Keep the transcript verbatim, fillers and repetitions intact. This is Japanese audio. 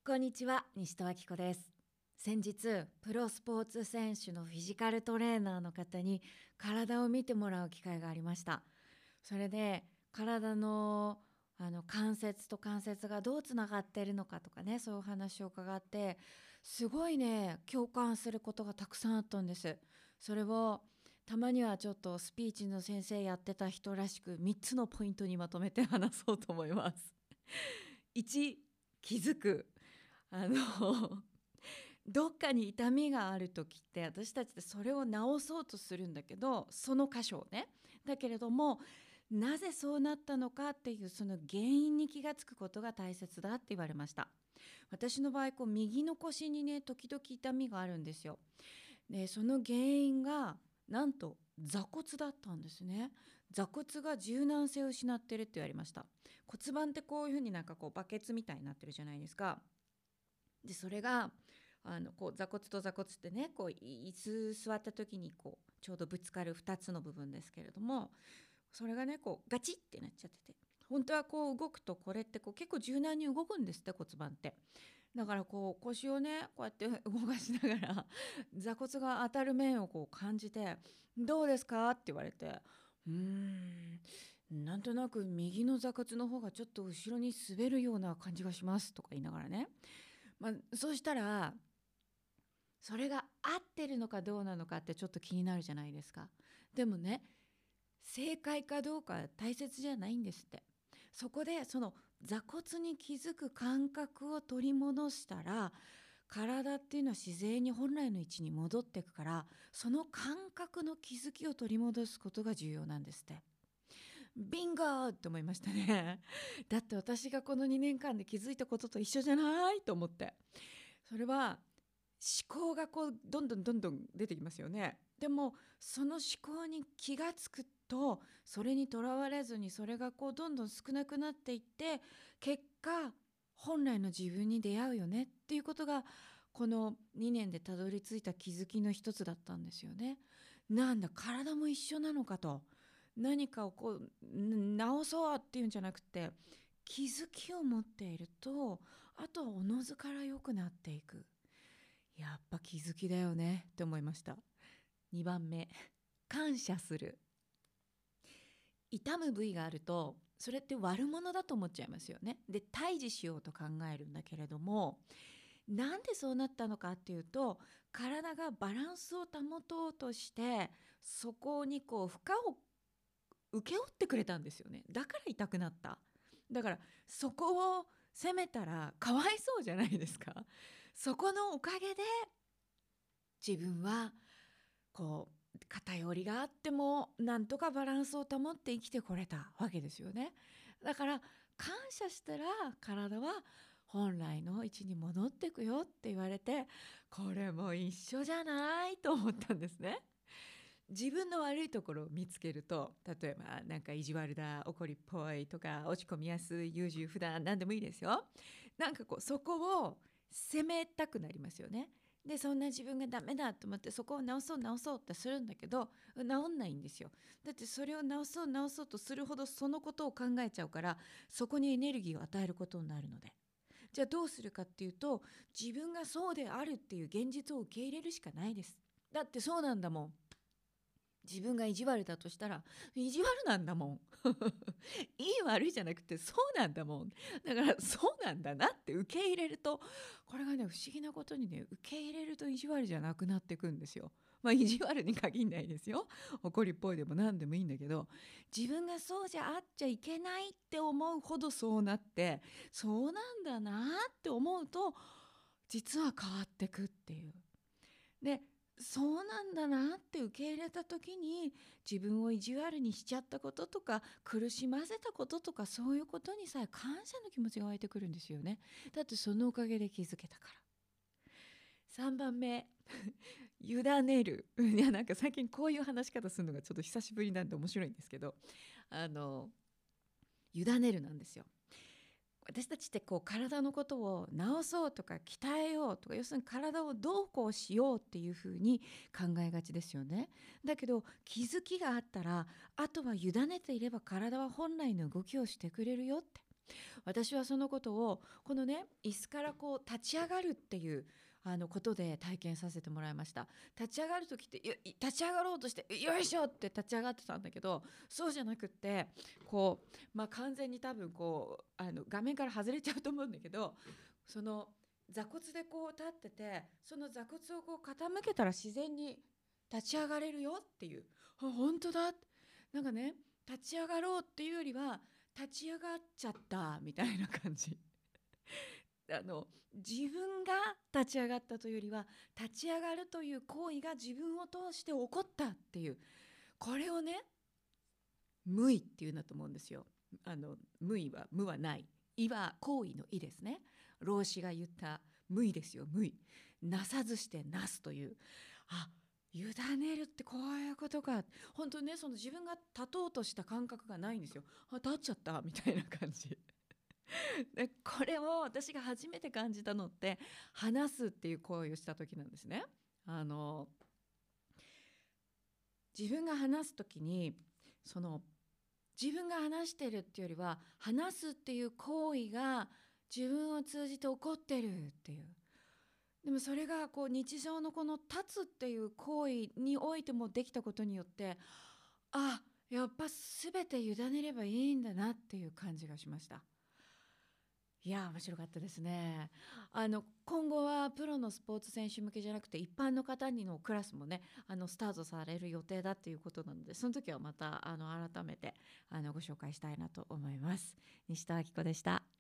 こんにちは、西戸明子です。先日プロスポーツ選手のフィジカルトレーナーの方に体を見てもらう機会がありました。それで体のあの関節と関節がどうつながっているのかとかね、そういう話を伺って、すごいね共感することがたくさんあったんです。それをたまにはちょっとスピーチの先生やってた人らしくみっつのポイントにまとめて話そうと思います。いち、気づく。あのどっかに痛みがある時って私たちってそれを治そうとするんだけど、その箇所をね、だけれどもなぜそうなったのかっていうその原因に気がつくことが大切だって言われました。私の場合こう右の腰にね時々痛みがあるんですよ。でその原因がなんと座骨だったんですね。座骨が柔軟性を失ってるって言われました。骨盤ってこういうふうになんかこうバケツみたいになってるじゃないですか。でそれがあのこう座骨と座骨ってね、こう椅子座った時にこうちょうどぶつかるふたつの部分ですけれども、それがねこうガチッってなっちゃってて、本当はこう動くとこれってこう結構柔軟に動くんですって、骨盤って。だからこう腰をねこうやって動かしながら座骨が当たる面をこう感じて「どうですか?」って言われて「うーんなんとなく右の座骨の方がちょっと後ろに滑るような感じがします」とか言いながらね、まあ、そうしたらそれが合ってるのかどうなのかってちょっと気になるじゃないですか。でもね、正解かどうか大切じゃないんですって。そこでその座骨に気づく感覚を取り戻したら、体っていうのは自然に本来の位置に戻っていくから、その感覚の気づきを取り戻すことが重要なんですって。ビンゴーって思いましたね。だって私がこのにねんかんで気づいたことと一緒じゃないと思って。それは思考がこうどんどんどんどん出てきますよね。でもその思考に気がつくと、それにとらわれずにそれがこうどんどん少なくなっていって、結果本来の自分に出会うよねっていうことが、このにねんでたどり着いた気づきの一つだったんですよね。なんだ体も一緒なのかと、何かをこう直そうっていうんじゃなくて、気づきを持っているとあとはおのずから良くなっていく。やっぱ気づきだよねって思いました。にばんめ、感謝する。痛む部位があるとそれって悪者だと思っちゃいますよね。で退治しようと考えるんだけれども、なんでそうなったのかっていうと、体がバランスを保とうとしてそこにこう負荷を請け負ってくれたんですよね。だから痛くなった。だからそこを責めたらかわいそうじゃないですか。そこのおかげで自分はこう偏りがあってもなんとかバランスを保って生きてこれたわけですよね。だから感謝したら体は本来の位置に戻っていくよって言われて、これも一緒じゃないと思ったんですね。自分の悪いところを見つけると、例えばなんか意地悪だ、怒りっぽいとか、落ち込みやすい、優柔不断、何でもいいですよ。なんかこうそこを責めたくなりますよね。でそんな自分がダメだと思ってそこを直そう直そうってするんだけど、治んないんですよ。だってそれを直そう直そうとするほどそのことを考えちゃうから、そこにエネルギーを与えることになるので、じゃあどうするかっていうと、自分がそうであるっていう現実を受け入れるしかないです。だってそうなんだもん。自分が意地悪だとしたら意地悪なんだもんいい悪いじゃなくてそうなんだもん。だからそうなんだなって受け入れると、これがね不思議なことにね、受け入れると意地悪じゃなくなっていくんですよ。まあ意地悪に限んないですよ。怒りっぽいでも何でもいいんだけど、自分がそうじゃあっちゃいけないって思うほどそうなって、そうなんだなって思うと実は変わってくっていう。でそうなんだなって受け入れた時に、自分を意地悪にしちゃったこととか苦しませたこととか、そういうことにさえ感謝の気持ちが湧いてくるんですよね。だってそのおかげで気づけたから。さんばんめ委ねる。いやなんか最近こういう話し方するのがちょっと久しぶりなんで面白いんですけど、あの委ねるなんですよ。私たちってこう体のことを治そうとか鍛えようとか、要するに体をどうこうしようっていうふうに考えがちですよね。だけど気づきがあったら、あとは委ねていれば体は本来の動きをしてくれるよって。 私はそのことをこのね椅子からこう立ち上がるっていうあのことで体験させてもらいました。立ち上がる時ってい立ち上がろうとしてよいしょって立ち上がってたんだけど、そうじゃなくってこう、まあ、完全に多分こうあの画面から外れちゃうと思うんだけど、その座骨でこう立ってて、その座骨をこう傾けたら自然に立ち上がれるよっていう、あ本当だ、なんかね立ち上がろうっていうよりは立ち上がっちゃったみたいな感じ。あの自分が立ち上がったというよりは、立ち上がるという行為が自分を通して起こったっていう、これをね無為っていうんだと思うんですよ。あの無為は無はない、意は行為の意ですね。老子が言った無為ですよ。無為なさずしてなすという、あ委ねるってこういうことか。本当にね、その自分が立とうとした感覚がないんですよ。あ立っちゃったみたいな感じで、これを私が初めて感じたのって話すっていう行為をした時なんですね。あの自分が話す時に、その自分が話してるっていうよりは、話すっていう行為が自分を通じて起こってるっていう。でもそれがこう日常のこの立つっていう行為においてもできたことによって、あやっぱ全て委ねればいいんだなっていう感じがしました。いや面白かったですね。あの今後はプロのスポーツ選手向けじゃなくて一般の方にのクラスもね、あのスタートされる予定だっていうことなので、その時はまたあの改めてあのご紹介したいなと思います。西田明子でした。